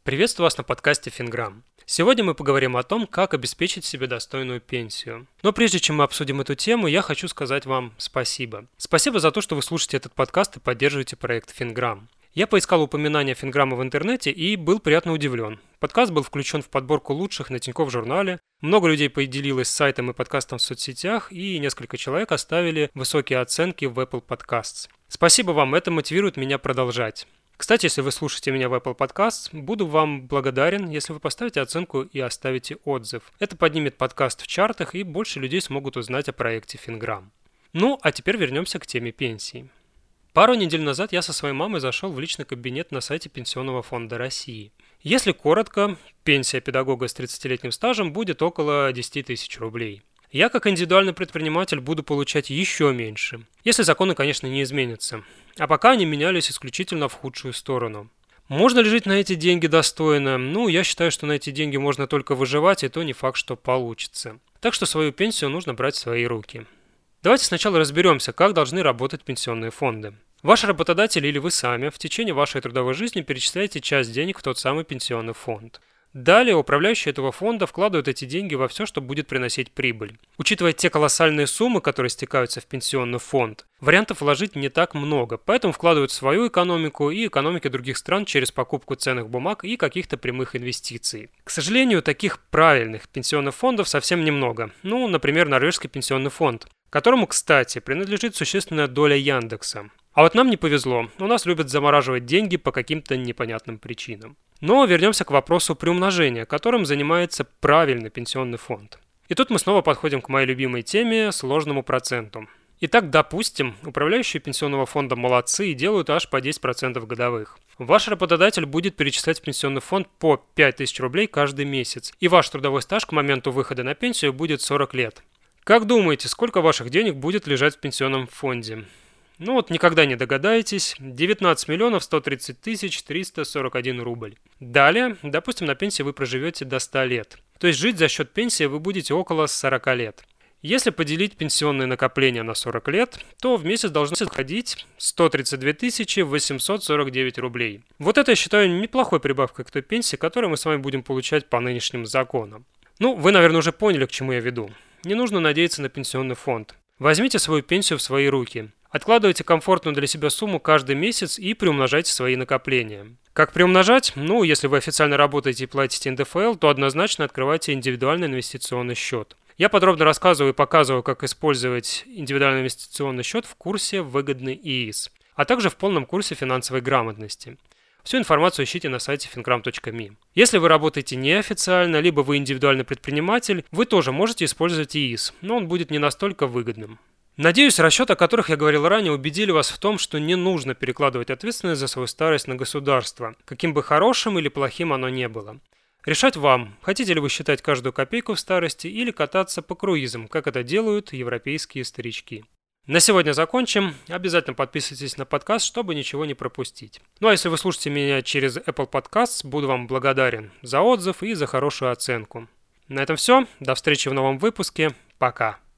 Приветствую вас на подкасте Финграм. Сегодня мы поговорим о том, как обеспечить себе достойную пенсию. Но прежде чем мы обсудим эту тему, я хочу сказать вам спасибо. Спасибо за то, что вы слушаете этот подкаст и поддерживаете проект Финграм. Я поискал упоминания Финграма в интернете и был приятно удивлен. Подкаст был включен в подборку лучших на Тинькофф журнале. Много людей поделилось сайтом и подкастом в соцсетях, и несколько человек оставили высокие оценки в Apple Podcasts. Спасибо вам, это мотивирует меня продолжать. Кстати, если вы слушаете меня в Apple Podcasts, буду вам благодарен, если вы поставите оценку и оставите отзыв. Это поднимет подкаст в чартах, и больше людей смогут узнать о проекте Финграм. Ну, а теперь вернемся к теме пенсии. Пару недель назад я со своей мамой зашел в личный кабинет на сайте Пенсионного фонда России. Если коротко, пенсия педагога с 30-летним стажем будет около 10 тысяч рублей. Я, как индивидуальный предприниматель, буду получать еще меньше, если законы, конечно, не изменятся. А пока они менялись исключительно в худшую сторону. Можно ли жить на эти деньги достойно? Я считаю, что на эти деньги можно только выживать, и то не факт, что получится. Так что свою пенсию нужно брать в свои руки. Давайте сначала разберемся, как должны работать пенсионные фонды. Ваш работодатель или вы сами в течение вашей трудовой жизни перечисляете часть денег в тот самый пенсионный фонд. Далее управляющий этого фонда вкладывает эти деньги во все, что будет приносить прибыль. Учитывая те колоссальные суммы, которые стекаются в пенсионный фонд, вариантов вложить не так много, поэтому вкладывают в свою экономику и экономики других стран через покупку ценных бумаг и каких-то прямых инвестиций. К сожалению, таких правильных пенсионных фондов совсем немного. Например, Норвежский пенсионный фонд, которому, кстати, принадлежит существенная доля Яндекса. А вот нам не повезло, у нас любят замораживать деньги по каким-то непонятным причинам. Но вернемся к вопросу приумножения, которым занимается правильный пенсионный фонд. И тут мы снова подходим к моей любимой теме – сложному проценту. Итак, допустим, управляющие пенсионного фонда молодцы и делают аж по 10% годовых. Ваш работодатель будет перечислять в пенсионный фонд по 5000 рублей каждый месяц, и ваш трудовой стаж к моменту выхода на пенсию будет 40 лет. Как думаете, сколько ваших денег будет лежать в пенсионном фонде? Никогда не догадаетесь. 19 миллионов 130 тысяч 341 рубль. Далее, допустим, на пенсии вы проживете до 100 лет. То есть жить за счет пенсии вы будете около 40 лет. Если поделить пенсионные накопления на 40 лет, то в месяц должно сходить 132 849 рублей. Вот это я считаю неплохой прибавкой к той пенсии, которую мы с вами будем получать по нынешним законам. Вы, наверное, уже поняли, к чему я веду. Не нужно надеяться на пенсионный фонд. Возьмите свою пенсию в свои руки. Откладывайте комфортную для себя сумму каждый месяц и приумножайте свои накопления. Как приумножать? Если вы официально работаете и платите НДФЛ, то однозначно открывайте индивидуальный инвестиционный счет. Я подробно рассказываю и показываю, как использовать индивидуальный инвестиционный счет в курсе «Выгодный ИИС», а также в полном курсе финансовой грамотности. Всю информацию ищите на сайте fingram.me. Если вы работаете неофициально, либо вы индивидуальный предприниматель, вы тоже можете использовать ИИС, но он будет не настолько выгодным. Надеюсь, расчеты, о которых я говорил ранее, убедили вас в том, что не нужно перекладывать ответственность за свою старость на государство, каким бы хорошим или плохим оно ни было. Решать вам, хотите ли вы считать каждую копейку в старости или кататься по круизам, как это делают европейские старички. На сегодня закончим. Обязательно подписывайтесь на подкаст, чтобы ничего не пропустить. А если вы слушаете меня через Apple Podcasts, буду вам благодарен за отзыв и за хорошую оценку. На этом все. До встречи в новом выпуске. Пока.